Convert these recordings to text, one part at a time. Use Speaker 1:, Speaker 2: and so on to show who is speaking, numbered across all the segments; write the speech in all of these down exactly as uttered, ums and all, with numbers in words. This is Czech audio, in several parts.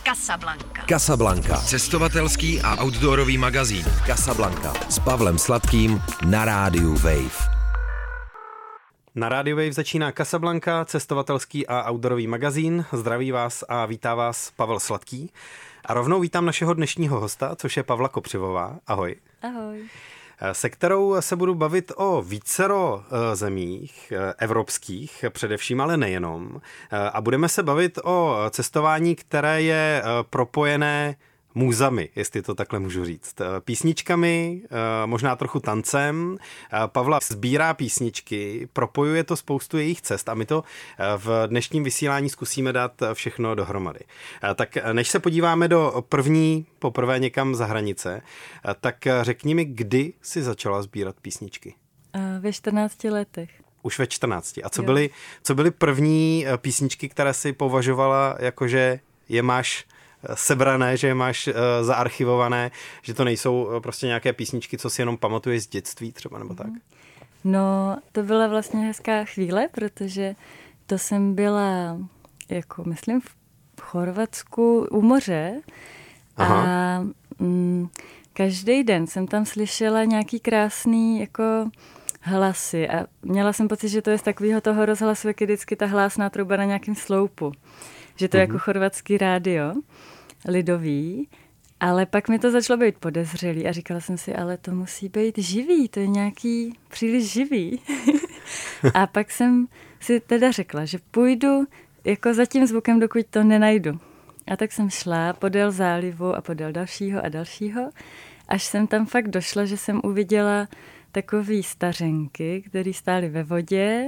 Speaker 1: Casablanca.
Speaker 2: Casablanca.
Speaker 3: Cestovatelský a outdoorový magazín.
Speaker 2: Casablanca. S Pavlem Sladkým na rádiu Wave.
Speaker 4: Na rádiu Wave začíná Casablanca, cestovatelský a outdoorový magazín. Zdraví vás a vítá vás Pavel Sladký. A rovnou vítám našeho dnešního hosta, což je Pavla Kopřivová. Ahoj.
Speaker 5: Ahoj.
Speaker 4: Se kterou se budu bavit o vícero zemích, evropských především, ale nejenom. A budeme se bavit o cestování, které je propojené můzami, jestli to takhle můžu říct. Písničkami, možná trochu tancem. Pavla sbírá písničky, propojuje to spoustu jejich cest a my to v dnešním vysílání zkusíme dát všechno dohromady. Tak než se podíváme do první, poprvé někam za hranice, tak řekni mi, kdy jsi začala sbírat písničky?
Speaker 5: Ve čtrnácti letech.
Speaker 4: Už ve čtrnácti. A co byly, co byly první písničky, které jsi považovala jakože je máš sebrané, že je máš uh, zaarchivované, že to nejsou prostě nějaké písničky, co si jenom pamatuješ z dětství třeba, nebo tak?
Speaker 5: No, to byla vlastně hezká chvíle, protože to jsem byla, jako myslím, v Chorvatsku u moře. Aha. A mm, každý den jsem tam slyšela nějaký krásný jako hlasy a měla jsem pocit, že to je z takového toho rozhlasu, jak je vždycky ta hlásná trouba na nějakém sloupu. Že to je mm-hmm. jako chorvatský rádio, lidový, ale pak mi to začalo být podezřelý a říkala jsem si, ale to musí být živý, to je nějaký příliš živý. A pak jsem si teda řekla, že půjdu jako za tím zvukem, dokud to nenajdu. A tak jsem šla podél zálivu a podél dalšího a dalšího, až jsem tam fakt došla, že jsem uviděla takový stařenky, které stály ve vodě,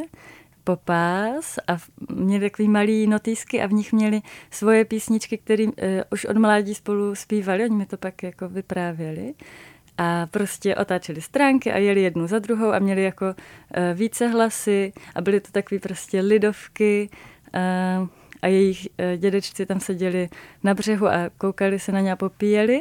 Speaker 5: popás a měli takový malý notýsky a v nich měli svoje písničky, které uh, už od mládí spolu zpívali, oni mi to pak jako vyprávěli a prostě otáčeli stránky a jeli jednu za druhou a měli jako uh, více hlasy a byly to takový prostě lidovky uh, a jejich uh, dědečci tam seděli na břehu a koukali se na ně a popíjeli.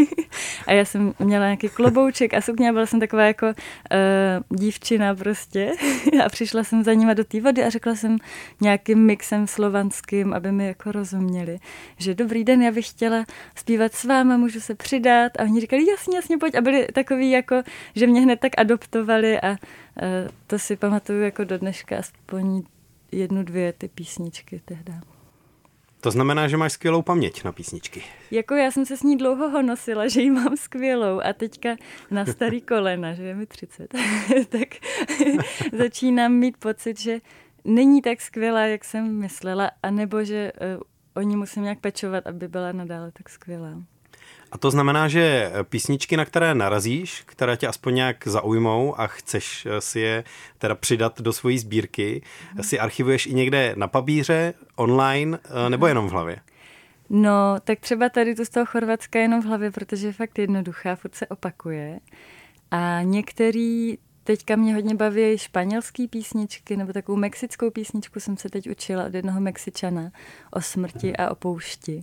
Speaker 5: A já jsem měla nějaký klobouček a sukně, byla jsem taková jako uh, dívčina prostě a přišla jsem za nima do té vody a řekla jsem nějakým mixem slovanským, aby mi jako rozuměli, že dobrý den, já bych chtěla zpívat s váma, můžu se přidat a oni říkali jasně, jasně, pojď a byli takový jako, že mě hned tak adoptovali a uh, to si pamatuju jako do dneška aspoň jednu, dvě ty písničky tehdy.
Speaker 4: To znamená, že máš skvělou paměť na písničky.
Speaker 5: Jako já jsem se s ní dlouho honosila, že ji mám skvělou a teďka na starý kolena, že je mi třicet, tak začínám mít pocit, že není tak skvělá, jak jsem myslela, anebo že uh, o ní musím nějak pečovat, aby byla nadále tak skvělá.
Speaker 4: A to znamená, že písničky, na které narazíš, které tě aspoň nějak zaujmou a chceš si je teda přidat do svojí sbírky, hmm. si archivuješ i někde na papíře, online, nebo jenom v hlavě?
Speaker 5: No, tak třeba tady tu z toho Chorvatska jenom v hlavě, protože je fakt jednoduchá, furt se opakuje. A některý, teďka mě hodně baví španělský písničky, nebo takovou mexickou písničku jsem se teď učila od jednoho Mexičana o smrti a o poušti.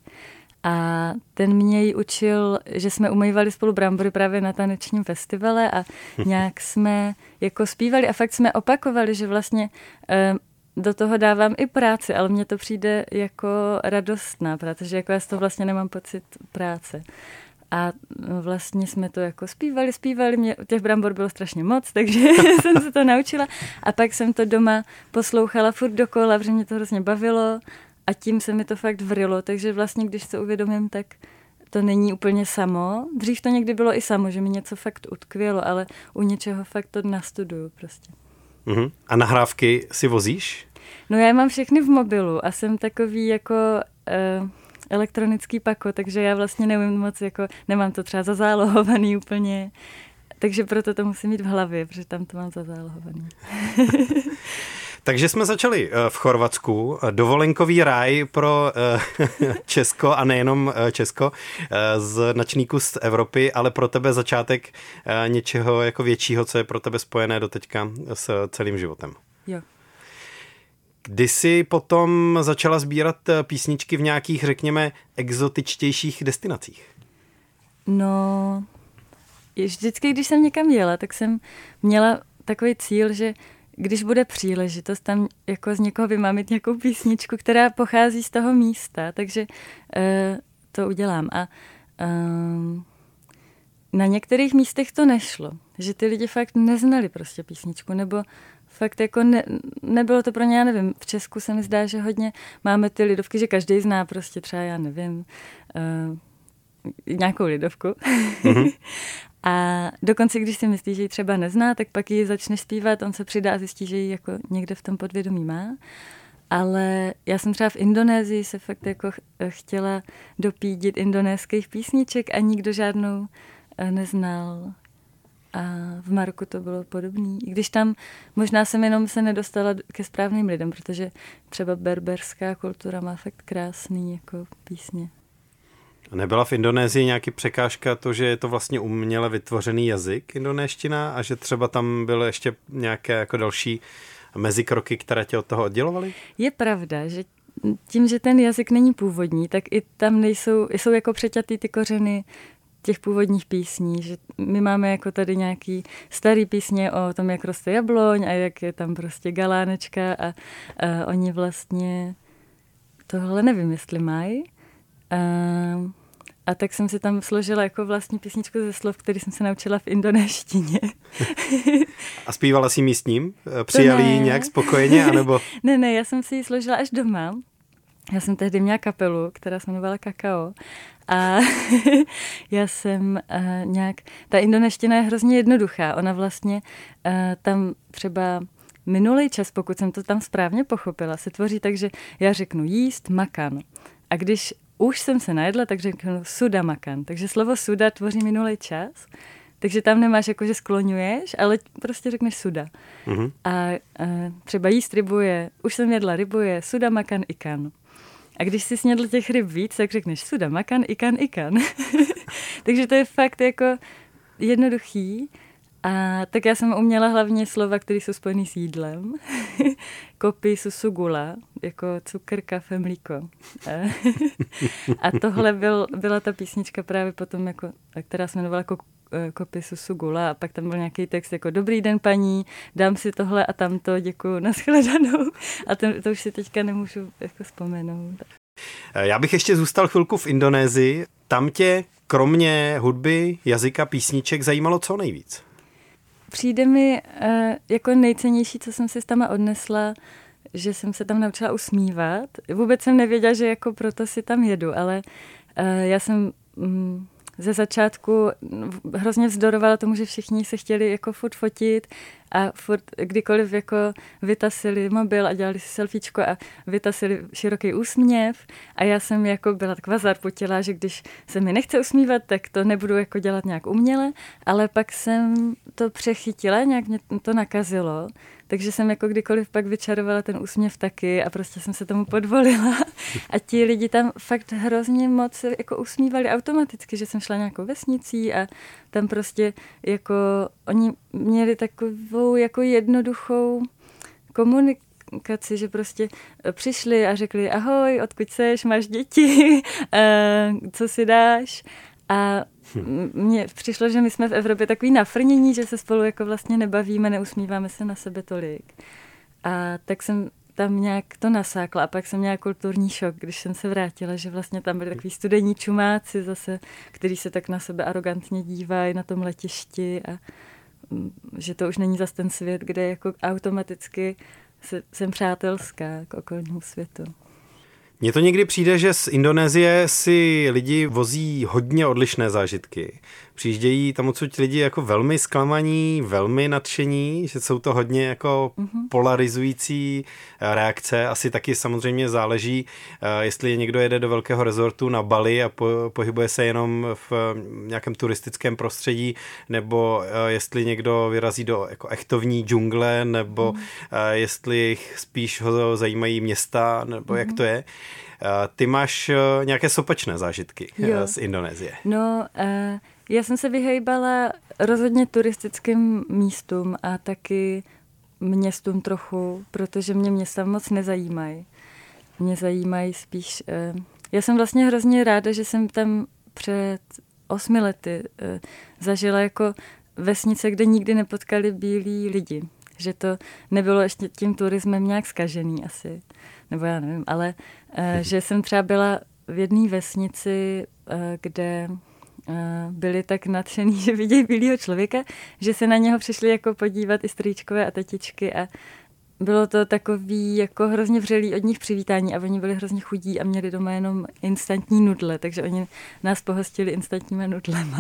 Speaker 5: A ten mě ji učil, že jsme umývali spolu brambory právě na tanečním festivale a nějak jsme jako zpívali a fakt jsme opakovali, že vlastně e, do toho dávám i práci, ale mně to přijde jako radostná, protože jako já z toho vlastně nemám pocit práce. A vlastně jsme to jako zpívali, zpívali, mě těch brambor bylo strašně moc, takže jsem se to naučila a pak jsem to doma poslouchala furt dokola, protože mě to hrozně bavilo. A tím se mi to fakt vrylo, takže vlastně, když se uvědomím, tak to není úplně samo. Dřív to někdy bylo i samo, že mi něco fakt utkvělo, ale u něčeho fakt to nastuduju prostě.
Speaker 4: Uh-huh. A nahrávky si vozíš?
Speaker 5: No já mám všechny v mobilu a jsem takový jako uh, elektronický pako, takže já vlastně nevím moc, jako nemám to třeba zazálohovaný úplně, takže proto to musím mít v hlavě, protože tam to mám zazálohovaný.
Speaker 4: Takže jsme začali v Chorvatsku, dovolenkový ráj pro Česko a nejenom Česko, značníků z Evropy, ale pro tebe začátek něčeho jako většího, co je pro tebe spojené doteďka s celým životem.
Speaker 5: Jo.
Speaker 4: Kdy jsi potom začala sbírat písničky v nějakých, řekněme, exotičtějších destinacích?
Speaker 5: No, vždycky, když jsem někam jela, tak jsem měla takový cíl, že když bude příležitost tam jako z někoho vymámit nějakou písničku, která pochází z toho místa, takže uh, to udělám. A um, na některých místech to nešlo, že ty lidi fakt neznali prostě písničku, nebo fakt jako ne, nebylo to pro ně, já nevím, v Česku se mi zdá, že hodně máme ty lidovky, že každý zná prostě třeba, já nevím, uh, nějakou lidovku. Mm-hmm. A dokonce, když si myslí, že ji třeba nezná, tak pak ji začne zpívat, on se přidá a zjistí, že ji jako někde v tom podvědomí má. Ale já jsem třeba v Indonésii se fakt jako chtěla dopídit indonéských písniček a nikdo žádnou neznal. A v Maroku to bylo podobné. I když tam možná jsem jenom se nedostala ke správným lidem, protože třeba berberská kultura má fakt krásný jako písně.
Speaker 4: A nebyla v Indonésii nějaký překážka to, že je to vlastně uměle vytvořený jazyk indonéština a že třeba tam byly ještě nějaké jako další mezikroky, které tě od toho oddělovaly?
Speaker 5: Je pravda, že tím, že ten jazyk není původní, tak i tam nejsou, jsou jako přeťatý ty kořeny těch původních písní, že my máme jako tady nějaký starý písně o tom, jak roste jabloň a jak je tam prostě galánečka a, a oni vlastně tohle nevím, jestli mají. A, a tak jsem si tam složila jako vlastní písničku ze slov, který jsem se naučila v indonéštině.
Speaker 4: A zpívala si místním? Přijali ji nějak spokojeně? Anebo...
Speaker 5: ne, ne, já jsem si ji složila až doma. Já jsem tehdy měla kapelu, která se jmenovala Kakao. A já jsem uh, nějak... Ta indoneština je hrozně jednoduchá. Ona vlastně uh, tam třeba minulý čas, pokud jsem to tam správně pochopila, se tvoří tak, že já řeknu jíst, makan. A když už jsem se najedla, tak řeknu suda makan. Takže slovo suda tvoří minulý čas. Takže tam nemáš jako, že skloňuješ, ale prostě řekneš suda. Mm-hmm. A uh, třeba jíst rybu je, už jsem jedla rybu je suda makan ikan. A když jsi snědl těch ryb víc, tak řekneš suda makan ikan ikan. Takže to je fakt jako jednoduchý. A tak já jsem uměla hlavně slova, které jsou spojený s jídlem. Kopi susugula, jako cukr, kafe, mlíko. A tohle byl, byla ta písnička právě potom, jako, která se jmenovala Kopi susugula a pak tam byl nějaký text jako dobrý den paní, dám si tohle a tamto, děkuju, nashledanou. A to, to už si teďka nemůžu jako vzpomenout.
Speaker 4: Já bych ještě zůstal chvilku v Indonésii. Tam tě kromě hudby, jazyka, písniček zajímalo co nejvíc?
Speaker 5: Přijde mi uh, jako nejcennější, co jsem si tam odnesla, že jsem se tam naučila usmívat. Vůbec jsem nevěděla, že jako proto si tam jedu, ale uh, já jsem um, ze začátku hrozně vzdorovala tomu, že všichni se chtěli jako furt fotit a furt kdykoliv jako vytasili mobil a dělali si selfiečko a vytasili široký úsměv a já jsem jako byla taková zarputila, že když se mi nechce usmívat, tak to nebudu jako dělat nějak uměle, ale pak jsem to přechytila, nějak mě to nakazilo, takže jsem jako kdykoliv pak vyčarovala ten úsměv taky a prostě jsem se tomu podvolila a ti lidi tam fakt hrozně moc jako usmívali automaticky, že jsem šla nějakou vesnicí a tam prostě jako oni měli takovou jako jednoduchou komunikaci, že prostě přišli a řekli ahoj, odkud seš, máš děti, co si dáš a mně přišlo, že my jsme v Evropě takový nafrnění, že se spolu jako vlastně nebavíme, neusmíváme se na sebe tolik. A tak jsem tam nějak to nasákla a pak jsem měla kulturní šok, když jsem se vrátila, že vlastně tam byli takový studení čumáci zase, který se tak na sebe arrogantně dívají na tom letišti a že to už není zas ten svět, kde jako automaticky se, jsem přátelská k okolnímu světu.
Speaker 4: Mně to někdy přijde, že z Indonésie si lidi vozí hodně odlišné zážitky. Přijíždějí tam odsud lidi jako velmi zklamaní, velmi nadšení, že jsou to hodně jako mm-hmm. polarizující reakce. Asi taky samozřejmě záleží, jestli někdo jede do velkého rezortu na Bali a po, pohybuje se jenom v nějakém turistickém prostředí, nebo jestli někdo vyrazí do jako echtovní džungle, nebo mm. jestli spíš ho zajímají města, nebo mm-hmm. jak to je. Ty máš nějaké sopačné zážitky jo. z Indonésie.
Speaker 5: No, uh... já jsem se vyhejbala rozhodně turistickým místům a taky městům trochu, protože mě města moc nezajímají. Mě zajímají spíš... Uh, já jsem vlastně hrozně ráda, že jsem tam před osmi lety uh, zažila jako vesnice, kde nikdy nepotkali bílí lidi. Že to nebylo ještě tím turismem nějak zkažený asi. Nebo já nevím, ale uh, že jsem třeba byla v jedné vesnici, kde byli tak nadšený, že vidějí bílého člověka, že se na něho přišli jako podívat i strýčkové a tetičky a bylo to takový jako hrozně vřelý od nich přivítání a oni byli hrozně chudí a měli doma jenom instantní nudle, takže oni nás pohostili instantníma nudlema.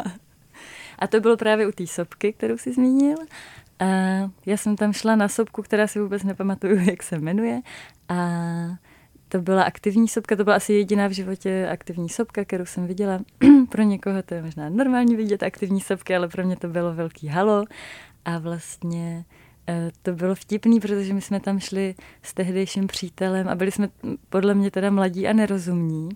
Speaker 5: A to bylo právě u té sopky, kterou jsi zmínil. A já jsem tam šla na sopku, která si vůbec nepamatuju, jak se jmenuje. A to byla aktivní sopka, to byla asi jediná v životě aktivní sopka, kterou jsem viděla. Pro někoho to je možná normální vidět aktivní sopky, ale pro mě to bylo velký halo. A vlastně to bylo vtipný, protože my jsme tam šli s tehdejším přítelem a byli jsme podle mě teda mladí a nerozumní.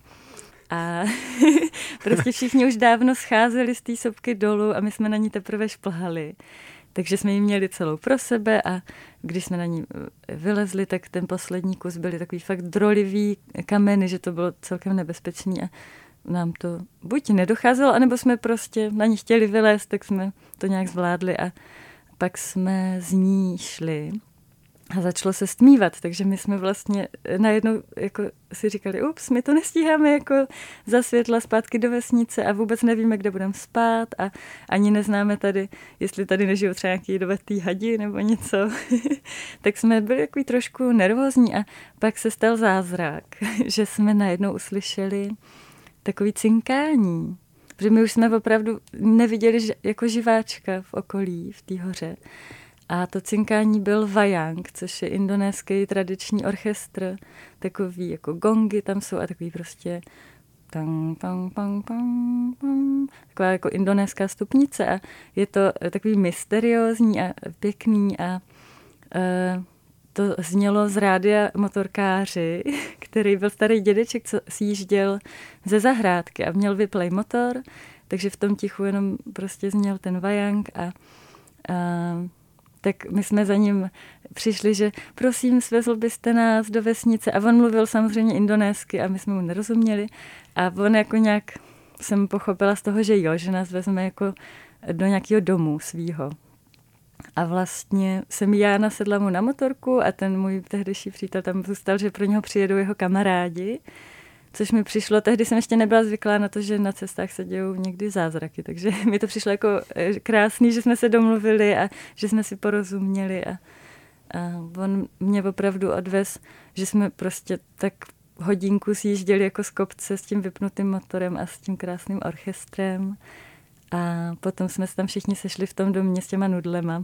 Speaker 5: A prostě všichni už dávno scházeli z té sopky dolů a my jsme na ní teprve šplhali. Takže jsme ji měli celou pro sebe a když jsme na ní vylezli, tak ten poslední kus byly takový fakt drolivý kameny, že to bylo celkem nebezpečný a nám to buď nedocházelo, anebo jsme prostě na ní chtěli vylézt, tak jsme to nějak zvládli a pak jsme z ní šli a začalo se stmívat, takže my jsme vlastně najednou jako si říkali, ups, my to nestíháme jako za světla zpátky do vesnice a vůbec nevíme, kde budeme spát a ani neznáme tady, jestli tady nežijou třeba nějaký jedovatý hadi nebo něco. Tak jsme byli takový trošku nervózní a pak se stal zázrak, že jsme najednou uslyšeli takový cinkání. Protože my už jsme opravdu neviděli jako živáčka v okolí, v té hoře. A to cinkání byl vajang, což je indonéský tradiční orchestr. Takový jako gongy tam jsou a takový prostě tang, tang, tang, tang, tang, taková jako indonéská stupnice. A je to takový mysteriózní a pěkný a uh, to znělo z rádia Motorkáři, který byl starý dědeček, co sjížděl ze zahrádky a měl vyplej motor, takže v tom tichu jenom prostě zněl ten vajang a, a tak my jsme za ním přišli, že prosím, svezl byste nás do vesnice a on mluvil samozřejmě indonésky a my jsme mu nerozuměli a on jako nějak jsem pochopila z toho, že jo, že nás vezme jako do nějakého domu svýho. A vlastně jsem já nasedla mu na motorku a ten můj tehdejší přítel tam zůstal, že pro něho přijedou jeho kamarádi, což mi přišlo, tehdy jsem ještě nebyla zvyklá na to, že na cestách se dějou někdy zázraky, takže mi to přišlo jako krásný, že jsme se domluvili a že jsme si porozuměli a, a on mě opravdu odvez, že jsme prostě tak hodinku sjížděli jako z kopce s tím vypnutým motorem a s tím krásným orchestrem. A potom jsme se tam všichni sešli v tom domě s těma nudlema.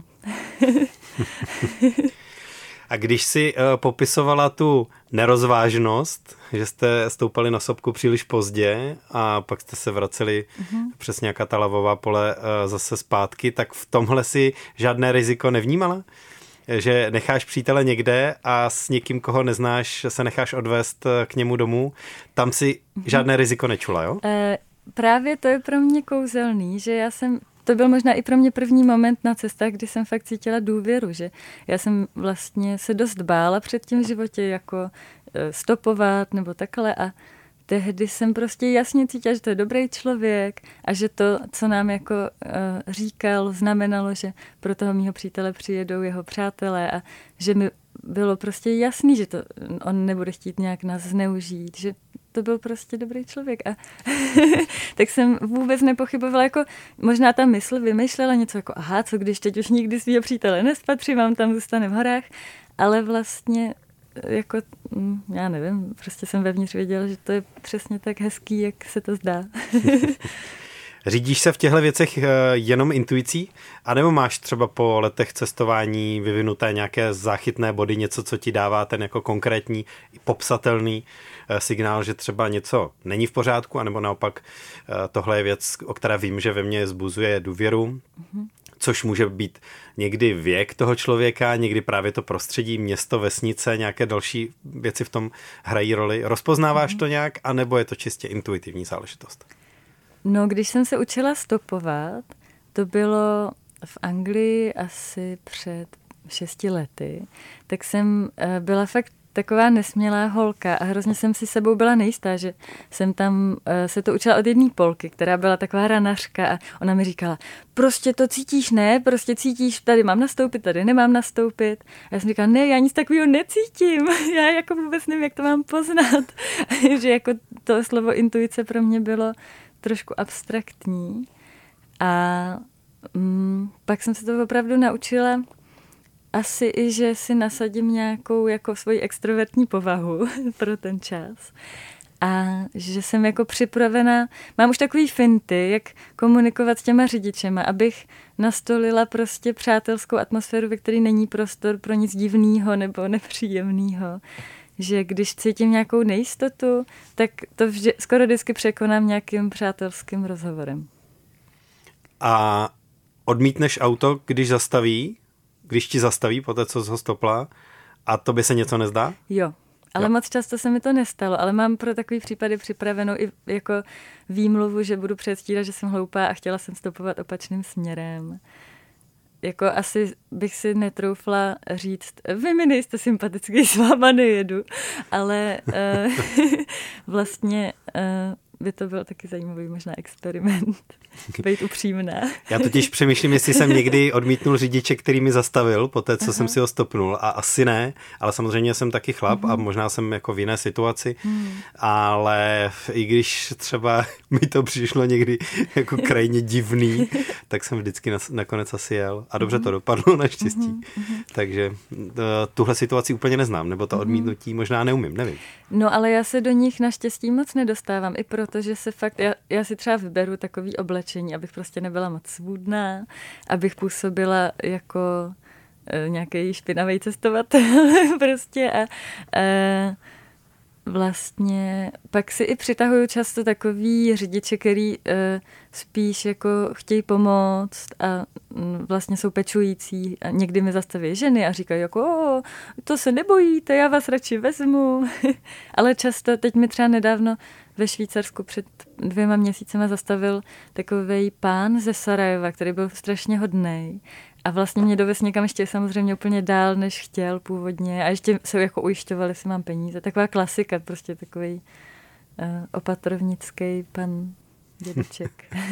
Speaker 4: A když si uh, popisovala tu nerozvážnost, že jste stoupali na sopku příliš pozdě a pak jste se vraceli uh-huh. přes nějaká ta lavová pole uh, zase zpátky, tak v tomhle si žádné riziko nevnímala? Že necháš přítele někde a s někým, koho neznáš, se necháš odvést k němu domů, tam si uh-huh. žádné riziko nečula, jo? Uh,
Speaker 5: právě to je pro mě kouzelný, že já jsem to byl možná i pro mě první moment na cestách, kdy jsem fakt cítila důvěru, že já jsem vlastně se dost bála před tím v životě jako stopovat nebo takhle a tehdy jsem prostě jasně cítila, že to je dobrý člověk a že to, co nám jako uh, říkal, znamenalo, že pro toho mýho přítele přijedou jeho přátelé a že mi bylo prostě jasný, že to on nebude chtít nějak nás zneužít, že to byl prostě dobrý člověk a tak jsem vůbec nepochybovala, jako možná ta mysl vymýšlela něco jako aha, co když teď už nikdy svýho přítele nespatří, mám tam zůstane v horách, ale vlastně jako, já nevím, prostě jsem vevnitř věděla, že to je přesně tak hezký, jak se to zdá.
Speaker 4: Řídíš se v těchto věcech jenom intuicí? A nebo máš třeba po letech cestování vyvinuté nějaké záchytné body, něco, co ti dává ten jako konkrétní, popsatelný signál, že třeba něco není v pořádku, anebo naopak tohle je věc, o které vím, že ve mně vzbuzuje důvěru, mm-hmm. což může být někdy věk toho člověka, někdy právě to prostředí, město, vesnice, nějaké další věci v tom hrají roli. Rozpoznáváš mm-hmm. to nějak, anebo je to čistě intuitivní záležitost?
Speaker 5: No, když jsem se učila stopovat, to bylo v Anglii asi před šesti lety, tak jsem byla fakt taková nesmělá holka a hrozně jsem si sebou byla nejistá, že jsem tam uh, se to učila od jedné Polky, která byla taková ranařka a ona mi říkala, prostě to cítíš, ne? Prostě cítíš, tady mám nastoupit, tady nemám nastoupit. A já jsem říkala, ne, já nic takového necítím. Já jako vůbec nevím, jak to mám poznat. Že jako to slovo intuice pro mě bylo trošku abstraktní. A mm, pak jsem se to opravdu naučila asi i, že si nasadím nějakou jako svoji extrovertní povahu pro ten čas. A že jsem jako připravená, mám už takový finty, jak komunikovat s těma řidičema, abych nastolila prostě přátelskou atmosféru, ve které není prostor pro nic divného nebo nepříjemného. Že když cítím nějakou nejistotu, tak to vždy, skoro vždycky překonám nějakým přátelským rozhovorem.
Speaker 4: A odmítneš auto, když zastaví, když ti zastaví po té, co jsi ho stopla, a tobě se něco nezdá?
Speaker 5: Jo, ale jo. Moc často se mi to nestalo, ale mám pro takový případy připravenou i jako výmluvu, že budu předstírat, že jsem hloupá a chtěla jsem stopovat opačným směrem. Jako asi bych si netroufla říct, vy mi nejste sympatický, s váma nejedu, ale uh, vlastně uh, by to byl taky zajímavý možná experiment, být upřímná.
Speaker 4: Já totiž přemýšlím, jestli jsem někdy odmítnul řidiče, který mi zastavil po té, co Aha. jsem si ho stopnul, a asi ne, ale samozřejmě jsem taky chlap uh-huh. a možná jsem jako v jiné situaci, uh-huh. ale i když třeba mi to přišlo někdy jako krajně divný, tak jsem vždycky nakonec asi jel a dobře uh-huh. to dopadlo naštěstí. Uh-huh. Takže uh, tuhle situaci úplně neznám, nebo to odmítnutí možná neumím, nevím.
Speaker 5: No ale já se do nich naštěstí moc nedostávám, i protože se fakt, já, já si třeba vyberu takový oblečení, abych prostě nebyla moc svůdná, abych působila jako e, nějaký špinavý cestovatel prostě a e, vlastně pak si i přitahuju často takový řidiče, který e, spíš jako chtějí pomoct a m, vlastně jsou pečující a někdy mi zastaví ženy a říkají jako o, to se nebojíte, já vás radši vezmu. Ale často, teď mi třeba nedávno ve Švýcarsku před dvěma měsícema zastavil takovej pán ze Sarajeva, který byl strašně hodnej a vlastně mě dovez někam ještě samozřejmě úplně dál, než chtěl původně a ještě se jako ujišťoval, jestli mám peníze. Taková klasika, prostě takový uh, opatrovnický pan dědeček.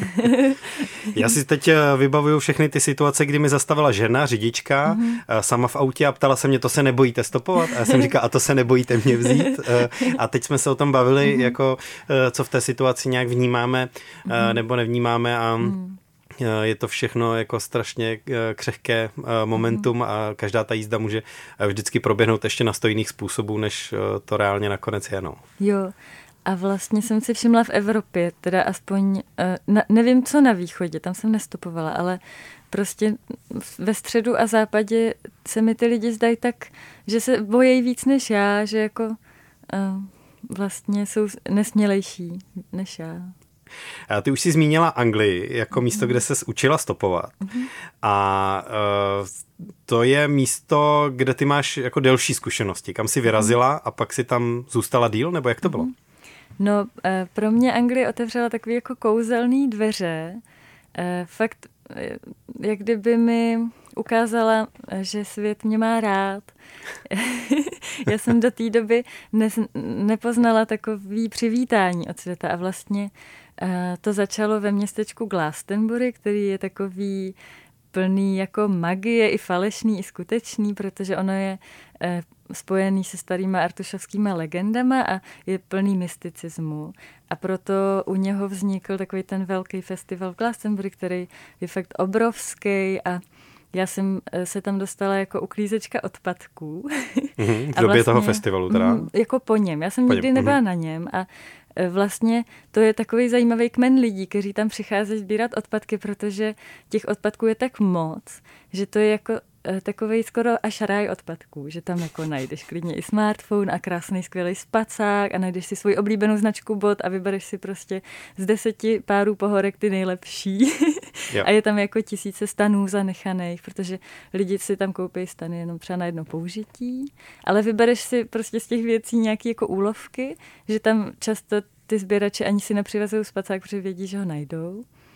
Speaker 4: Já si teď vybavuju všechny ty situace, kdy mi zastavila žena, řidička, mm-hmm. sama v autě a ptala se mě, to se nebojíte stopovat? A já jsem říkal, a to se nebojíte mě vzít? A teď jsme se o tom bavili, mm-hmm. jako co v té situaci nějak vnímáme mm-hmm. nebo nevnímáme a mm. je to všechno jako strašně křehké momentum a každá ta jízda může vždycky proběhnout ještě na sto jiných způsobů, než to reálně nakonec je. No.
Speaker 5: Jo. A vlastně jsem si všimla v Evropě, teda aspoň, na, nevím co na východě, tam jsem nestopovala, ale prostě ve středu a západě se mi ty lidi zdají tak, že se bojí víc než já, že jako uh, vlastně jsou nesmělejší než já.
Speaker 4: A ty už jsi zmínila Anglii jako místo, kde ses učila stopovat. Mm-hmm. A uh, to je místo, kde ty máš jako delší zkušenosti. Kam jsi vyrazila a pak si tam zůstala díl, nebo jak to bylo? Mm-hmm.
Speaker 5: No, pro mě Anglie otevřela takový jako kouzelný dveře. Fakt, jak kdyby mi ukázala, že svět mě má rád. Já jsem do té doby ne, nepoznala takový přivítání od světa a vlastně to začalo ve městečku Glastonbury, který je takový plný jako magie, i falešný, i skutečný, protože ono je spojený se starýma artušovskýma legendama a je plný mysticismu. A proto u něho vznikl takový ten velký festival v Glastonbury, který je fakt obrovský a já jsem se tam dostala jako uklízečka odpadků.
Speaker 4: Mm-hmm, v době vlastně, toho festivalu teda?
Speaker 5: Mm, jako po něm. Já jsem po nikdy něm. nebyla mm-hmm. na něm a vlastně to je takový zajímavý kmen lidí, kteří tam přicházejí sbírat odpadky, protože těch odpadků je tak moc, že to je jako takovej skoro až ráj odpadků, že tam jako najdeš klidně i smartphone a krásný skvělý spacák a najdeš si svoji oblíbenou značku bot a vybereš si prostě z deseti párů pohorek ty nejlepší. A je tam jako tisíce stanů zanechaných, protože lidi si tam koupí stany jenom třeba na jedno použití, ale vybereš si prostě z těch věcí nějaké jako úlovky, že tam často ty sběrači ani si nepřivezují spacák, protože vědí, že ho najdou.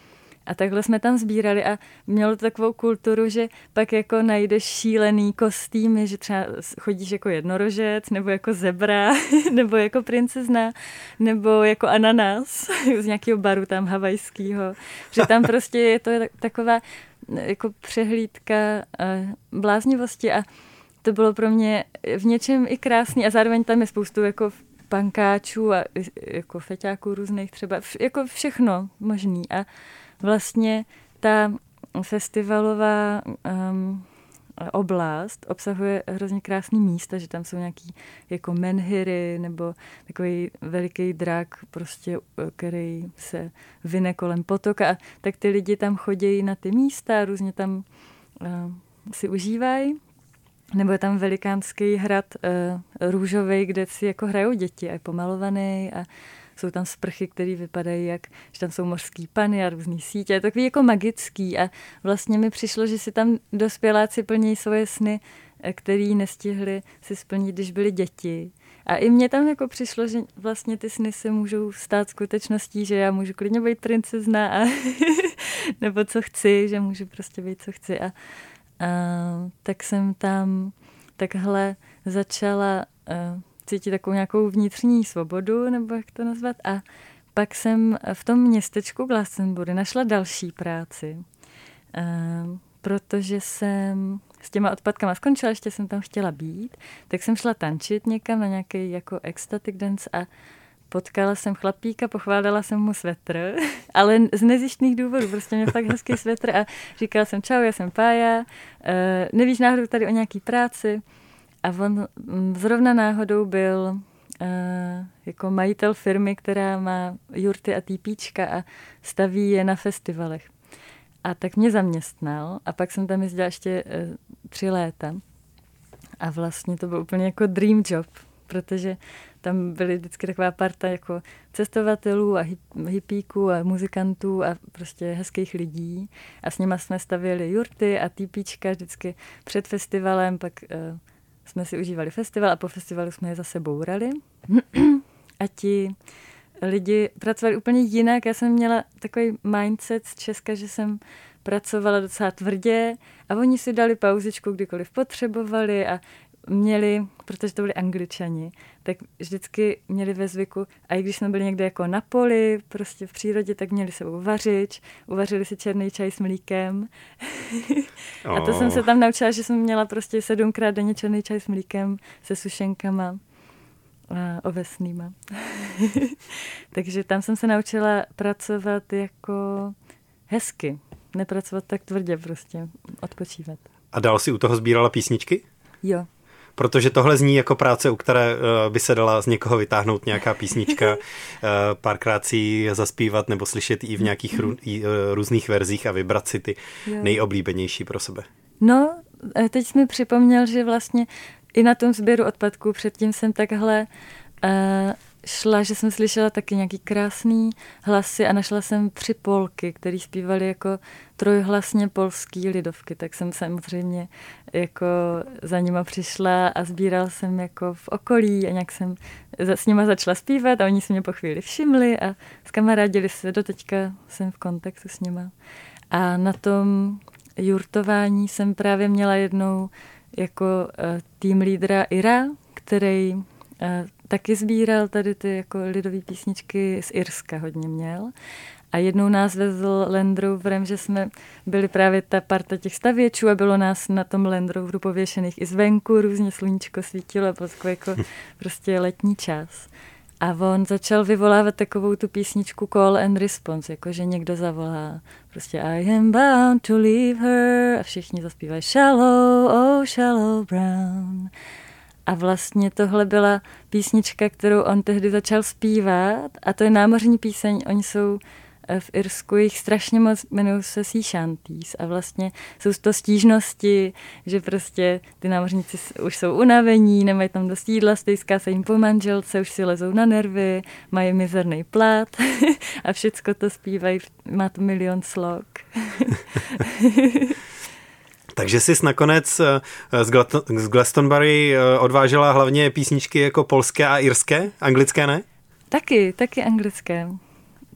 Speaker 5: A takhle jsme tam sbírali a mělo to takovou kulturu, že pak jako najdeš šílený kostýmy, že třeba chodíš jako jednorožec, nebo jako zebra, nebo jako princezna, nebo jako ananas z nějakého baru tam havajského. Že tam prostě je to taková jako přehlídka bláznivosti a to bylo pro mě v něčem i krásný a zároveň tam je spoustu jako pankáčů a jako feťáků různých třeba, jako všechno možný. A vlastně ta festivalová um, oblast obsahuje hrozně krásný místa, že tam jsou nějaký jako menhiry nebo takový veliký drak, prostě, který se vyne kolem potoka. A tak ty lidi tam chodí na ty místa, různě tam uh, si užívají. Nebo je tam velikánský hrad uh, růžový, kde si jako hrajou děti a je pomalovaný a jsou tam sprchy, které vypadají jak, že tam jsou mořský pany a různý sítě. Je to takový jako magický a vlastně mi přišlo, že si tam dospěláci plní svoje sny, který nestihli si splnit, když byli děti. A i mně tam jako přišlo, že vlastně ty sny se můžou stát skutečností, že já můžu klidně být princezna a nebo co chci, že můžu prostě být, co chci. A Uh, tak jsem tam takhle začala uh, cítit takovou nějakou vnitřní svobodu, nebo jak to nazvat. A pak jsem v tom městečku Glastonbury našla další práci, uh, protože jsem s těma odpadkama skončila, ještě jsem tam chtěla být, tak jsem šla tančit někam na nějaký jako ecstatic dance a potkala jsem chlapíka, pochválila jsem mu svetr, ale z nezištných důvodů, prostě měl fakt hezký svetr a říkala jsem čau, já jsem Pája, uh, nevíš náhodou tady o nějaký práci? A on zrovna náhodou byl uh, jako majitel firmy, která má jurty a týpíčka a staví je na festivalech. A tak mě zaměstnal a pak jsem tam jezdila ještě uh, tři léta. A vlastně to byl úplně jako dream job, protože tam byly vždycky taková parta jako cestovatelů a hippíků a muzikantů a prostě hezkých lidí. A s nima jsme stavěli jurty a týpíčka vždycky před festivalem, pak uh, jsme si užívali festival a po festivalu jsme je zase bourali. A ti lidi pracovali úplně jinak. Já jsem měla takový mindset z Česka, že jsem pracovala docela tvrdě a oni si dali pauzičku, kdykoliv potřebovali a měli, protože to byli Angličani, tak vždycky měli ve zvyku, a i když jsme byli někde jako na poli, prostě v přírodě, tak měli sebou vařič, uvařili si černý čaj s mlíkem. Oh. A to jsem se tam naučila, že jsem měla prostě sedmkrát denně černý čaj s mlíkem se sušenkama a ovesnýma. Takže tam jsem se naučila pracovat jako hezky, nepracovat tak tvrdě prostě, odpočívat.
Speaker 4: A dál si u toho sbírala písničky?
Speaker 5: Jo.
Speaker 4: Protože tohle zní jako práce, u které by se dala z někoho vytáhnout nějaká písnička, párkrát si ji zaspívat nebo slyšet i v nějakých rů, i, různých verzích a vybrat si ty jo. nejoblíbenější pro sebe.
Speaker 5: No, teď jsi mi připomněl, že vlastně i na tom sběru odpadků předtím jsem takhle uh, šla, že jsem slyšela taky nějaký krásný hlasy a našla jsem tři Polky, který zpívali jako trojhlasně polský lidovky, tak jsem samozřejmě jako za nima přišla a sbíral jsem jako v okolí a nějak jsem s nima začala zpívat a oni se mě po chvíli všimli a zkamarádili se, doteďka jsem v kontaktu s nima. A na tom jurtování jsem právě měla jednou jako uh, tým lídra Ira, který uh, taky sbíral tady ty jako lidové písničky z Irska, hodně měl. A jednou nás vezl Land Roverem, že jsme byli právě ta parta těch stavěčů a bylo nás na tom Land Roveru pověšených i zvenku, různě sluníčko svítilo a takový jako prostě letní čas. A on začal vyvolávat takovou tu písničku Call and Response, jako že někdo zavolá prostě I am bound to leave her a všichni zaspívají Shallow, oh shallow brown. A vlastně tohle byla písnička, kterou on tehdy začal zpívat a to je námořní píseň, oni jsou v Irsku, jich strašně moc, jmenují se Sea Shanties a vlastně jsou to stížnosti, že prostě ty námořníci už jsou unavení, nemají tam dost jídla, stejská se jim po manželce, už si lezou na nervy, mají mizerný plat a všecko to zpívají, má to milion slok.
Speaker 4: Takže jsi nakonec z Glastonbury odvážela hlavně písničky jako polské a irské, anglické ne?
Speaker 5: Taky, taky anglické.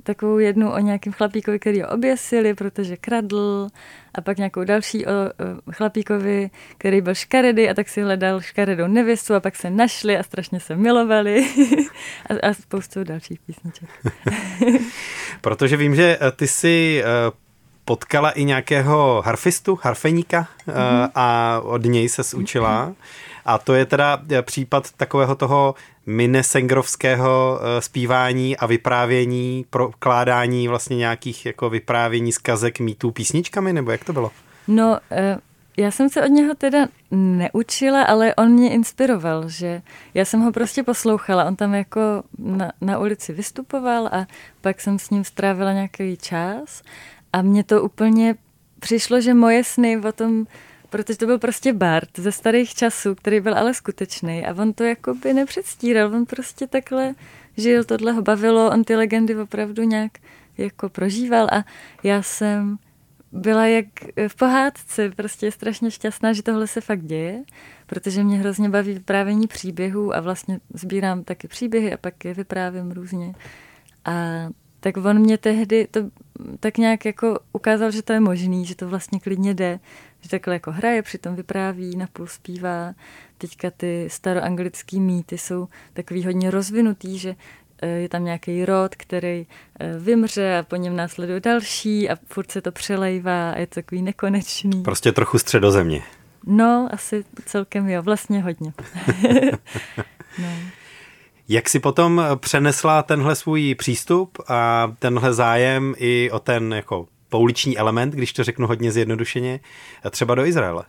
Speaker 5: takovou jednu o nějakém chlapíkovi, který ho oběsili, protože kradl, a pak nějakou další o, o chlapíkovi, který byl škaredý a tak si hledal škaredou nevěstu a pak se našli a strašně se milovali a, a spoustu dalších písniček.
Speaker 4: Protože vím, že ty jsi potkala i nějakého harfistu, harfeníka mm-hmm. a od něj ses učila. Mm-hmm. A to je teda případ takového toho minnesengrovského zpívání a vyprávění, prokládání vlastně nějakých jako vyprávění zkazek mýtů písničkami, nebo jak to bylo?
Speaker 5: No, já jsem se od něho teda neučila, ale on mě inspiroval, že já jsem ho prostě poslouchala. On tam jako na, na ulici vystupoval a pak jsem s ním strávila nějaký čas a mně to úplně přišlo, že moje sny o tom, protože to byl prostě bard ze starých časů, který byl ale skutečný a on to jakoby nepředstíral, on prostě takhle žil, tohle ho bavilo, on ty legendy opravdu nějak jako prožíval a já jsem byla jak v pohádce, prostě strašně šťastná, že tohle se fakt děje, protože mě hrozně baví vyprávění příběhů a vlastně sbírám taky příběhy a pak je vyprávím různě. A tak on mě tehdy to tak nějak jako ukázal, že to je možný, že to vlastně klidně jde, že takhle jako hraje, přitom vypráví, napůl zpívá. Teďka ty staroanglický mýty jsou takový hodně rozvinutý, že je tam nějaký rod, který vymře a po něm následuje další a furt se to přelejvá a je to takový nekonečný.
Speaker 4: Prostě trochu Středozemě.
Speaker 5: No, asi celkem jo, vlastně hodně. No.
Speaker 4: Jak jsi potom přenesla tenhle svůj přístup a tenhle zájem i o ten jako pouliční element, když to řeknu hodně zjednodušeně, třeba do Izraele?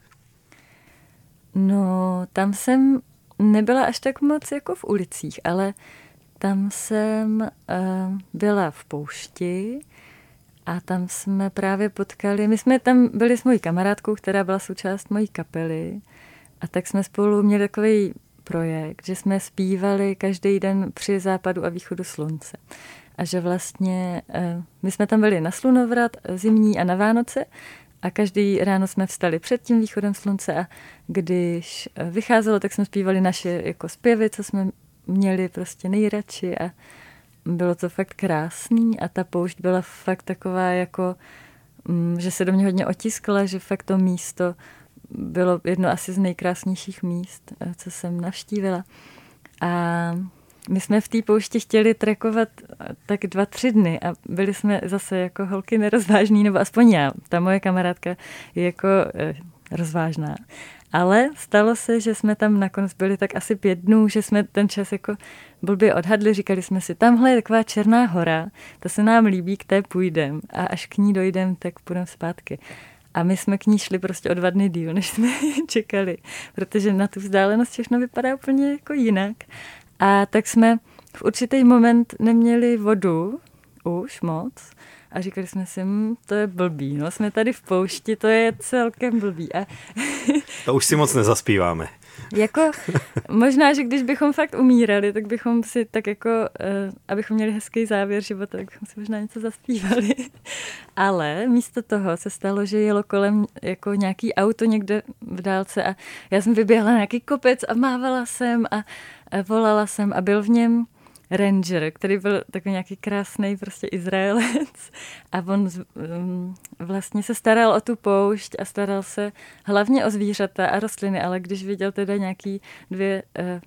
Speaker 5: No, tam jsem nebyla až tak moc jako v ulicích, ale tam jsem uh, byla v poušti a tam jsme právě potkali, my jsme tam byli s mojí kamarádkou, která byla součást mojí kapely a tak jsme spolu měli takový projekt, že jsme zpívali každý den při západu a východu slunce. A že vlastně uh, my jsme tam byli na slunovrat zimní a na Vánoce a každý ráno jsme vstali před tím východem slunce a když vycházelo, tak jsme zpívali naše jako zpěvy, co jsme měli prostě nejradši a bylo to fakt krásný a ta poušť byla fakt taková jako, že se do mě hodně otiskla, že fakt to místo bylo jedno asi z nejkrásnějších míst, co jsem navštívila. A my jsme v té poušti chtěli trekovat tak dva, tři dny a byli jsme zase jako holky nerozvážný, nebo aspoň já, ta moje kamarádka je jako eh, rozvážná. Ale stalo se, že jsme tam nakonec byli tak asi pět dnů, že jsme ten čas jako blbě odhadli, říkali jsme si, tamhle je taková Černá hora, to se nám líbí, k té půjdem a až k ní dojdem, tak půjdeme zpátky. A my jsme k ní šli prostě o dva dny díl, než jsme čekali, protože na tu vzdálenost všechno vypadá úplně jako jinak. A tak jsme v určitý moment neměli vodu už moc a říkali jsme si, hm, to je blbý, no, jsme tady v poušti, to je celkem blbý. A
Speaker 4: to už si moc nezaspíváme.
Speaker 5: Jako možná, že když bychom fakt umírali, tak bychom si tak jako, uh, abychom měli hezký závěr života, tak bychom si možná něco zaspívali. Ale místo toho se stalo, že jelo kolem jako nějaký auto někde v dálce a já jsem vyběhla na nějaký kopec a mávala jsem a, a volala jsem a byl v něm ranger, který byl takový nějaký krásný prostě Izraelec a on um, vlastně se staral o tu poušť a staral se hlavně o zvířata a rostliny, ale když viděl teda nějaký dvě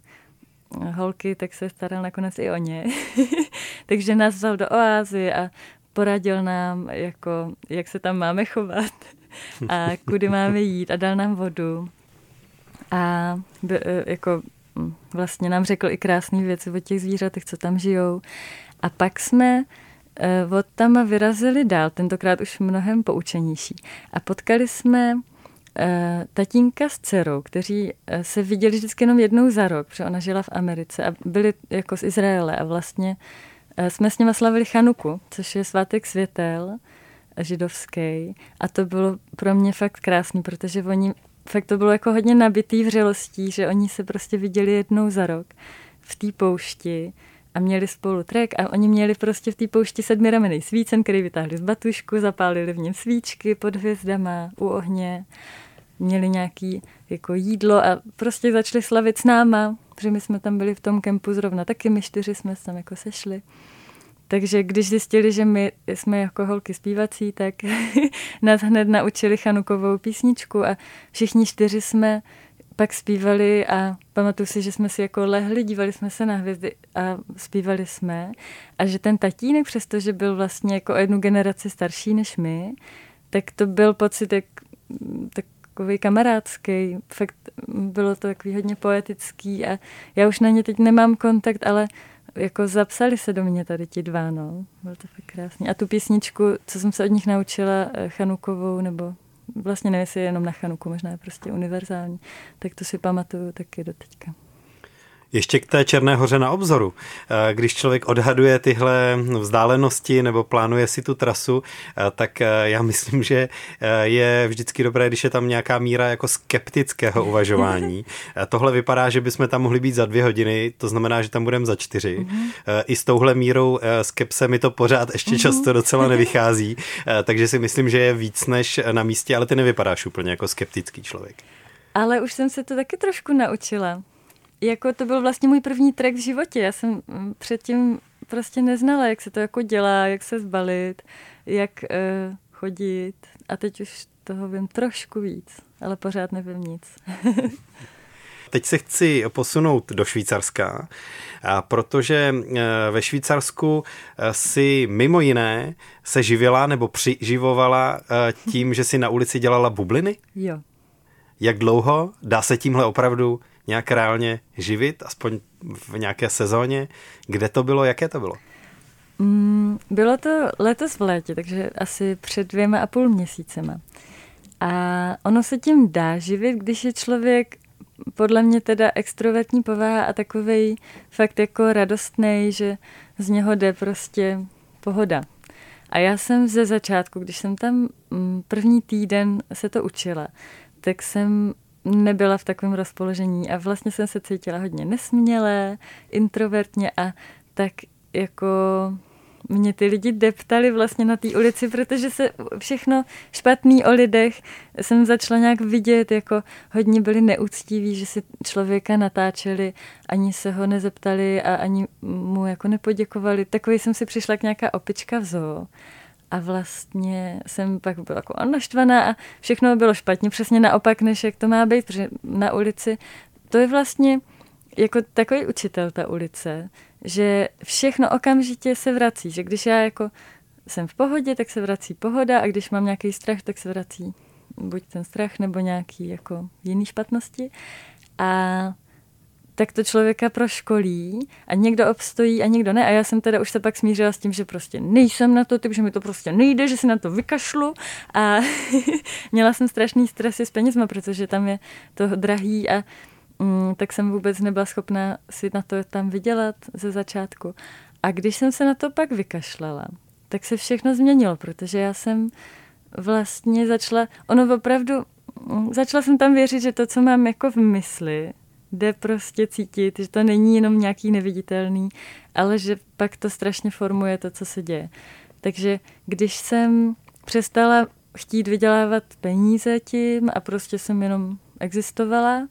Speaker 5: uh, holky, tak se staral nakonec i o ně. Takže nás vzal do oázy a poradil nám, jako, jak se tam máme chovat a kudy máme jít a dal nám vodu. A by, jako vlastně nám řekl i krásné věci o těch zvířatech, co tam žijou. A pak jsme od tam vyrazili dál, tentokrát už mnohem poučenější. A potkali jsme tatínka s dcerou, kteří se viděli vždycky jenom jednou za rok, protože ona žila v Americe a byli jako z Izraele a vlastně jsme s nimi slavili Chanuku, což je svátek světel židovský a to bylo pro mě fakt krásný, protože oni fakt to bylo jako hodně nabitý vřelostí, že oni se prostě viděli jednou za rok v té poušti a měli spolu trek a oni měli prostě v té poušti sedmiramenný svícen, který vytáhli z batušku, zapálili v něm svíčky pod hvězdama u ohně, měli nějaký jako jídlo a prostě začali slavit s náma, protože my jsme tam byli v tom kempu zrovna taky, my čtyři jsme se tam jako sešli. Takže když zjistili, že my jsme jako holky zpívací, tak nás hned naučili Chanukovou písničku a všichni čtyři jsme pak zpívali a pamatuju si, že jsme si jako lehli, dívali jsme se na hvězdy a zpívali jsme. A že ten tatínek, přestože byl vlastně jako o jednu generaci starší než my, tak to byl pocit jak takový kamarádský. Fakt bylo to takový hodně poetický a já už na ně teď nemám kontakt, ale jako zapsali se do mě tady ti dva, no. Bylo to fakt krásný. A tu písničku, co jsem se od nich naučila, Chanukovou, nebo vlastně nevím, jestli je jenom na Chanuku, možná je prostě univerzální, tak to si pamatuju taky do teďka.
Speaker 4: Ještě k té Černé hoře na obzoru. Když člověk odhaduje tyhle vzdálenosti nebo plánuje si tu trasu, tak já myslím, že je vždycky dobré, když je tam nějaká míra jako skeptického uvažování. Tohle vypadá, že bychom tam mohli být za dvě hodiny, to znamená, že tam budeme za čtyři. Mm-hmm. I s touhle mírou skepse mi to pořád ještě mm-hmm. často docela nevychází, takže si myslím, že je víc než na místě, ale ty nevypadáš úplně jako skeptický člověk.
Speaker 5: Ale už jsem se to taky trošku naučila. Jako to byl vlastně můj první trek v životě. Já jsem předtím prostě neznala, jak se to jako dělá, jak se zbalit, jak uh, chodit. A teď už toho vím trošku víc, ale pořád nevím nic.
Speaker 4: Teď se chci posunout do Švýcarska, protože ve Švýcarsku si mimo jiné se živila nebo přiživovala tím, že si na ulici dělala bubliny?
Speaker 5: Jo. Jak
Speaker 4: dlouho? Dá se tímhle opravdu nějak reálně živit, aspoň v nějaké sezóně? Kde to bylo, jaké to bylo?
Speaker 5: Mm, bylo to letos v létě, takže asi před dvěma a půl měsícema. A ono se tím dá živit, když je člověk podle mě teda extrovertní povaha a takovej fakt jako radostnej, že z něho jde prostě pohoda. A já jsem ze začátku, když jsem tam první týden se to učila, tak jsem nebyla v takovém rozpoložení a vlastně jsem se cítila hodně nesmělé, introvertně a tak jako mě ty lidi deptali vlastně na té ulici, protože se všechno špatný o lidech jsem začala nějak vidět, jako hodně byli neúctiví, že si člověka natáčeli, ani se ho nezeptali a ani mu jako nepoděkovali. Takový jsem si přišla jak nějaká opička v zoo. A vlastně jsem pak byla jako naštvaná a všechno bylo špatně, přesně naopak, než jak to má být, protože na ulici to je vlastně jako takový učitel ta ulice, že všechno okamžitě se vrací, že když já jako jsem v pohodě, tak se vrací pohoda a když mám nějaký strach, tak se vrací buď ten strach nebo nějaký jako jiný špatnosti a tak to člověka proškolí a někdo obstojí a někdo ne. A já jsem teda už se pak smířila s tím, že prostě nejsem na to typ, že mi to prostě nejde, že si na to vykašlu a měla jsem strašný stresy s penězma, protože tam je to drahý a mm, tak jsem vůbec nebyla schopná si na to tam vydělat ze začátku. A když jsem se na to pak vykašlala, tak se všechno změnilo, protože já jsem vlastně začala, ono opravdu, začala jsem tam věřit, že to, co mám jako v mysli, jde prostě cítit, že to není jenom nějaký neviditelný, ale že pak to strašně formuje to, co se děje. Takže když jsem přestala chtít vydělávat peníze tím a prostě jsem jenom existovala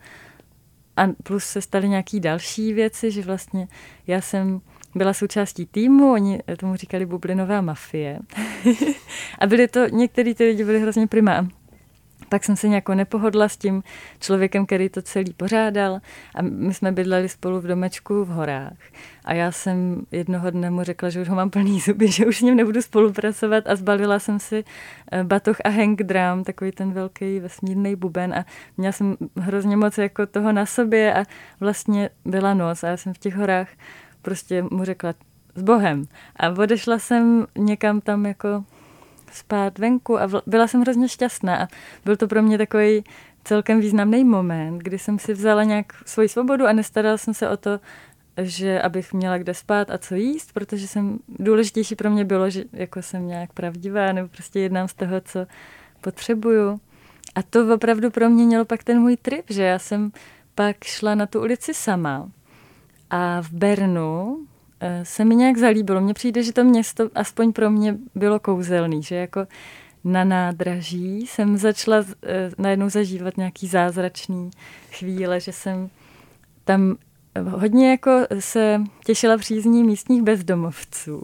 Speaker 5: a plus se staly nějaký další věci, že vlastně já jsem byla součástí týmu, oni tomu říkali bublinová mafie. A byli to, některý ty lidi byli hrozně primá. Pak jsem se nějak nepohodla s tím člověkem, který to celý pořádal a my jsme bydleli spolu v domečku v horách. A já jsem jednoho dne mu řekla, že už ho mám plný zuby, že už s ním nebudu spolupracovat a zbalila jsem si batoh a hang drum, takový ten velký vesmírný buben a měla jsem hrozně moc jako toho na sobě a vlastně byla noc a já jsem v těch horách prostě mu řekla s Bohem. A odešla jsem někam tam jako spát venku a byla jsem hrozně šťastná a byl to pro mě takový celkem významný moment, kdy jsem si vzala nějak svoji svobodu a nestarala jsem se o to, že abych měla kde spát a co jíst, protože jsem, důležitější pro mě bylo, že jako jsem nějak pravdivá nebo prostě jednám z toho, co potřebuju. A to opravdu pro mě mělo pak ten můj trip, že já jsem pak šla na tu ulici sama a v Bernu se mi nějak zalíbilo. Mně přijde, že to město aspoň pro mě bylo kouzelný, že jako na nádraží jsem začala najednou zažívat nějaký zázračný chvíle, že jsem tam hodně jako se těšila přízní místních bezdomovců,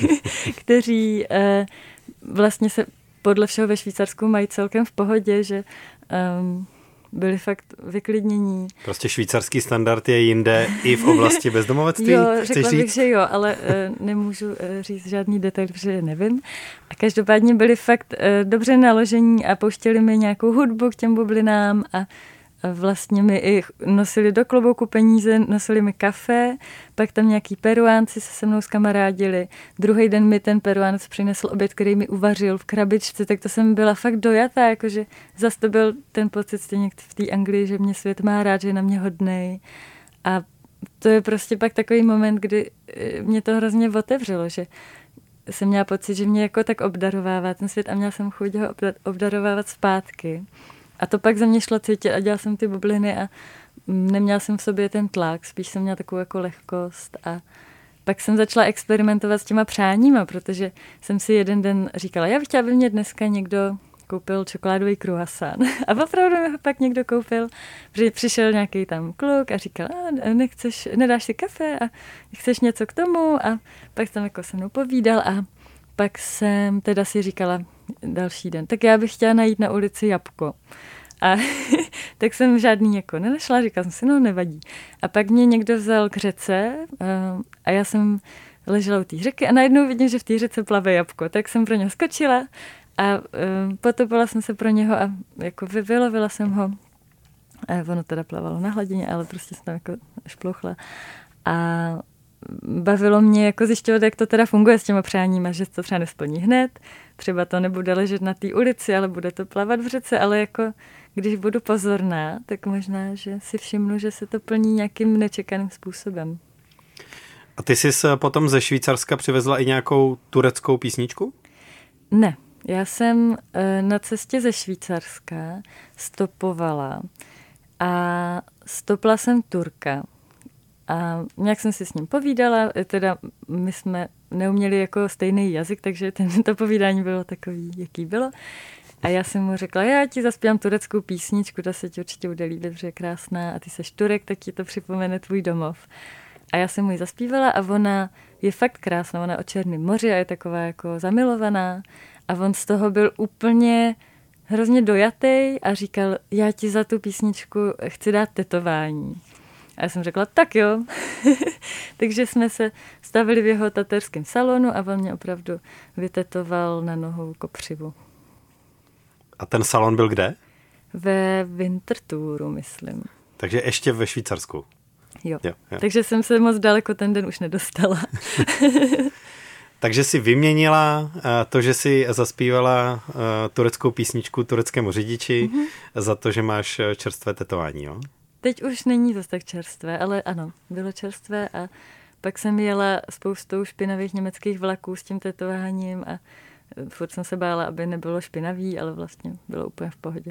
Speaker 5: kteří eh, vlastně se podle všeho ve Švýcarsku mají celkem v pohodě, že um, byli fakt vyklidnění.
Speaker 4: Prostě švýcarský standard je jinde i v oblasti bezdomovectví?
Speaker 5: Jo, řekla bych, že jo, ale uh, nemůžu uh, říct žádný detail, protože nevím. A každopádně byli fakt uh, dobře naložení a pouštěli mi nějakou hudbu k těm bublinám a vlastně mi i nosili do klobouku peníze, nosili mi kafe, pak tam nějaký Peruánci se se mnou zkamarádili. Druhý den mi ten Peruánec přinesl oběd, který mi uvařil v krabičce, tak to jsem byla fakt dojatá, jakože zas to byl ten pocit stejně v té Anglii, že mě svět má rád, že je na mě hodnej. A to je prostě pak takový moment, kdy mě to hrozně otevřelo, že jsem měla pocit, že mě jako tak obdarovává ten svět a měla jsem chuť ho obdarovávat zpátky. A to pak ze mě šlo cítit a dělala jsem ty bubliny a neměla jsem v sobě ten tlak, spíš jsem měla takovou jako lehkost a pak jsem začala experimentovat s těma přáníma, protože jsem si jeden den říkala, já bych chtěla, aby mě dneska někdo koupil čokoládový croissant. A opravdu mi ho pak někdo koupil, protože přišel nějaký tam kluk a říkal, a nechceš, nedáš si kafe a chceš něco k tomu a pak jsem jako se mnou povídal a pak jsem teda si říkala další den, tak já bych chtěla najít na ulici jabko. A tak jsem žádný jako nenašla, říkala jsem si, no nevadí. A pak mě někdo vzal k řece a já jsem ležela u té řeky a najednou vidím, že v té řece plave jabko. Tak jsem pro něho skočila a potopila jsem se pro něho a jako vylovila jsem ho. A ono teda plavalo na hladině, ale prostě jsem tam jako šplouchla. A bavilo mě jako zjišťovat, jak to teda funguje s těma přáníma, že to třeba nesplní hned, třeba to nebude ležet na té ulici, ale bude to plavat v řece, ale jako když budu pozorná, tak možná, že si všimnu, že se to plní nějakým nečekaným způsobem.
Speaker 4: A ty jsi potom ze Švýcarska přivezla i nějakou tureckou písničku?
Speaker 5: Ne, já jsem na cestě ze Švýcarska stopovala a stopla jsem Turka. A nějak jsem si s ním povídala, teda my jsme neuměli jako stejný jazyk, takže ten, to povídání bylo takový, jaký bylo. A já jsem mu řekla, já ti zaspívám tureckou písničku, ta se ti určitě bude líbit, protože je krásná a ty seš Turek, tak ti to připomene tvůj domov. A já jsem mu ji zaspívala a ona je fakt krásná, ona je o Černém moři a je taková jako zamilovaná. A on z toho byl úplně hrozně dojatý a říkal, já ti za tu písničku chci dát tetování. A já jsem řekla, tak jo. Takže jsme se stavili v jeho taterském salonu a on mě opravdu vytetoval na nohou kopřivu.
Speaker 4: A ten salon byl kde?
Speaker 5: Ve Winterthuru, myslím.
Speaker 4: Takže ještě ve Švýcarsku.
Speaker 5: Jo.
Speaker 4: jo, jo.
Speaker 5: Takže jsem se moc daleko ten den už nedostala.
Speaker 4: Takže si vyměnila to, že si zaspívala tureckou písničku tureckému řidiči mm-hmm. za to, že máš čerstvé tetování, jo?
Speaker 5: Teď už není to tak čerstvé, ale ano, bylo čerstvé a pak jsem jela spoustou špinavých německých vlaků s tím tetováním a furt jsem se bála, aby nebylo špinavý, ale vlastně bylo úplně v pohodě.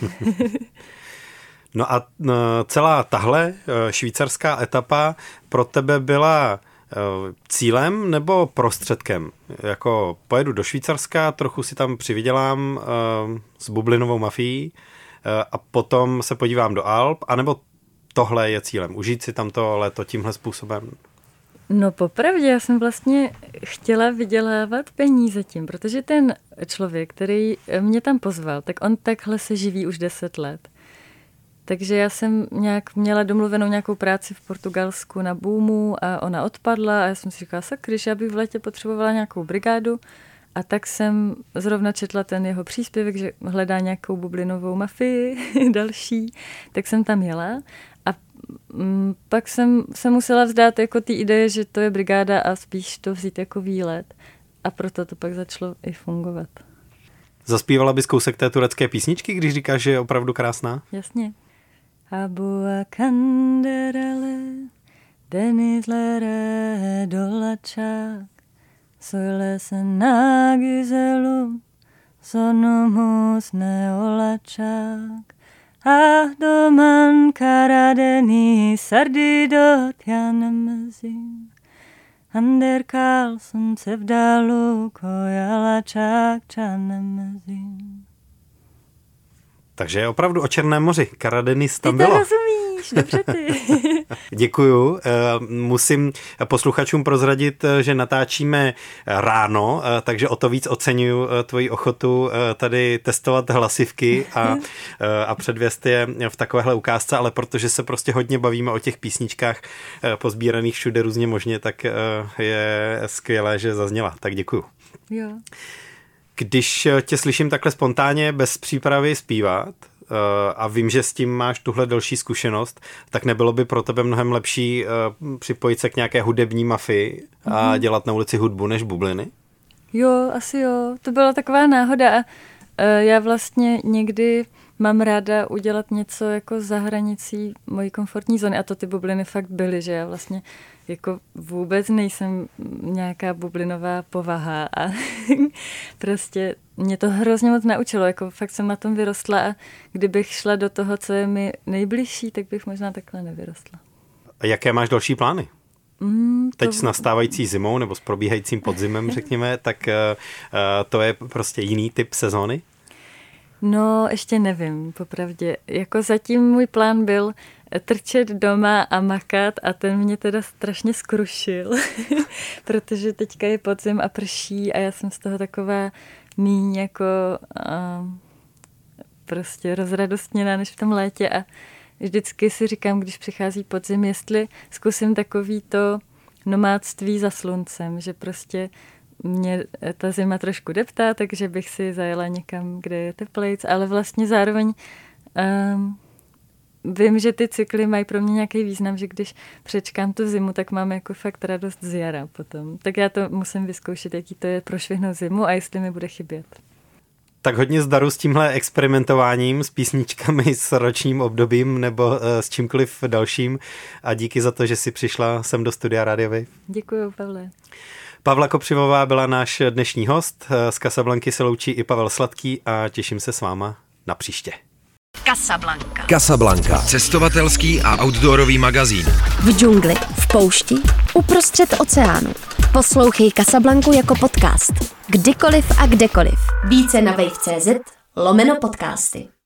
Speaker 4: No a celá tahle švýcarská etapa pro tebe byla cílem nebo prostředkem? Jako pojedu do Švýcarska, trochu si tam přivydělám s bublinovou mafií a potom se podívám do Alp, anebo tohle je cílem? Užít si tam to léto tímhle způsobem?
Speaker 5: No popravdě, já jsem vlastně chtěla vydělávat peníze tím, protože ten člověk, který mě tam pozval, tak on takhle se živí už deset let. Takže já jsem nějak měla domluvenou nějakou práci v Portugalsku na boomu a ona odpadla a já jsem si říkala, sakryš, já bych v létě potřebovala nějakou brigádu a tak jsem zrovna četla ten jeho příspěvek, že hledá nějakou bublinovou mafii další, tak jsem tam jela a m, pak jsem se musela vzdát jako ty ideje, že to je brigáda a spíš to vzít jako výlet a proto to pak začalo i fungovat.
Speaker 4: Zaspívala bys kousek té turecké písničky, když říkáš, že je opravdu krásná?
Speaker 5: Jasně. Abua kanderale, denizlere dolačák, söyle sen güzelum, sonumuz ne olacak. Ah duman Karadeniz sardidot yanımızın, ander kalsın sevdaluk oyalacak canımızın.
Speaker 4: Takže je opravdu o Černém moři. Karadeniz tam
Speaker 5: Ty to
Speaker 4: bylo.
Speaker 5: rozumíš. umíš, dobře ty.
Speaker 4: Děkuju. Musím posluchačům prozradit, že natáčíme ráno, takže o to víc oceňuju tvoji ochotu tady testovat hlasivky a, a předvést je v takovéhle ukázce, ale protože se prostě hodně bavíme o těch písničkách pozbíraných všude různě možně, tak je skvělé, že zazněla. Tak děkuju.
Speaker 5: Jo.
Speaker 4: Když tě slyším takhle spontánně, bez přípravy zpívat, a vím, že s tím máš tuhle delší zkušenost, tak nebylo by pro tebe mnohem lepší připojit se k nějaké hudební mafii a mm. dělat na ulici hudbu než bubliny?
Speaker 5: Jo, asi jo. To byla taková náhoda. Já vlastně někdy mám ráda udělat něco jako za hranicí mojí komfortní zóny a to ty bubliny fakt byly, že já vlastně jako vůbec nejsem nějaká bublinová povaha a prostě mě to hrozně moc naučilo, jako fakt jsem na tom vyrostla a kdybych šla do toho, co je mi nejbližší, tak bych možná takhle nevyrostla.
Speaker 4: A jaké máš další plány?
Speaker 5: Mm, to...
Speaker 4: Teď s nastávající zimou nebo s probíhajícím podzimem, řekněme, tak uh, to je prostě jiný typ sezóny?
Speaker 5: No, ještě nevím, popravdě. Jako zatím můj plán byl trčet doma a makat a ten mě teda strašně skrušil, protože teďka je podzim a prší a já jsem z toho taková míň jako uh, prostě rozradostněná než v tom létě a vždycky si říkám, když přichází podzim, jestli zkusím takový to nomádství za sluncem, že prostě mě ta zima trošku deptá, takže bych si zajela někam, kde je teplejc, ale vlastně zároveň um, vím, že ty cykly mají pro mě nějaký význam, že když přečkám tu zimu, tak mám jako fakt radost z jara potom. Tak já to musím vyzkoušet, jaký to je prošvihnout zimu a jestli mi bude chybět.
Speaker 4: Tak hodně zdaru s tímhle experimentováním, s písničkami s ročním obdobím nebo uh, s čímkoliv dalším a díky za to, že jsi přišla sem do studia Radio Wave.
Speaker 5: Děkuju, Pavle.
Speaker 4: Pavla Kopřivová byla náš dnešní host, z Casablanky se loučí i Pavel Sladký a těším se s váma na příště.
Speaker 2: Casablanca. Casablanca.
Speaker 3: Cestovatelský a outdoorový magazín.
Speaker 1: V džungli, v poušti, uprostřed oceánu. Poslouchej Casablanku jako podcast. Kdykoliv a kdekoliv. Více na wave tečka cz lomeno podcasty.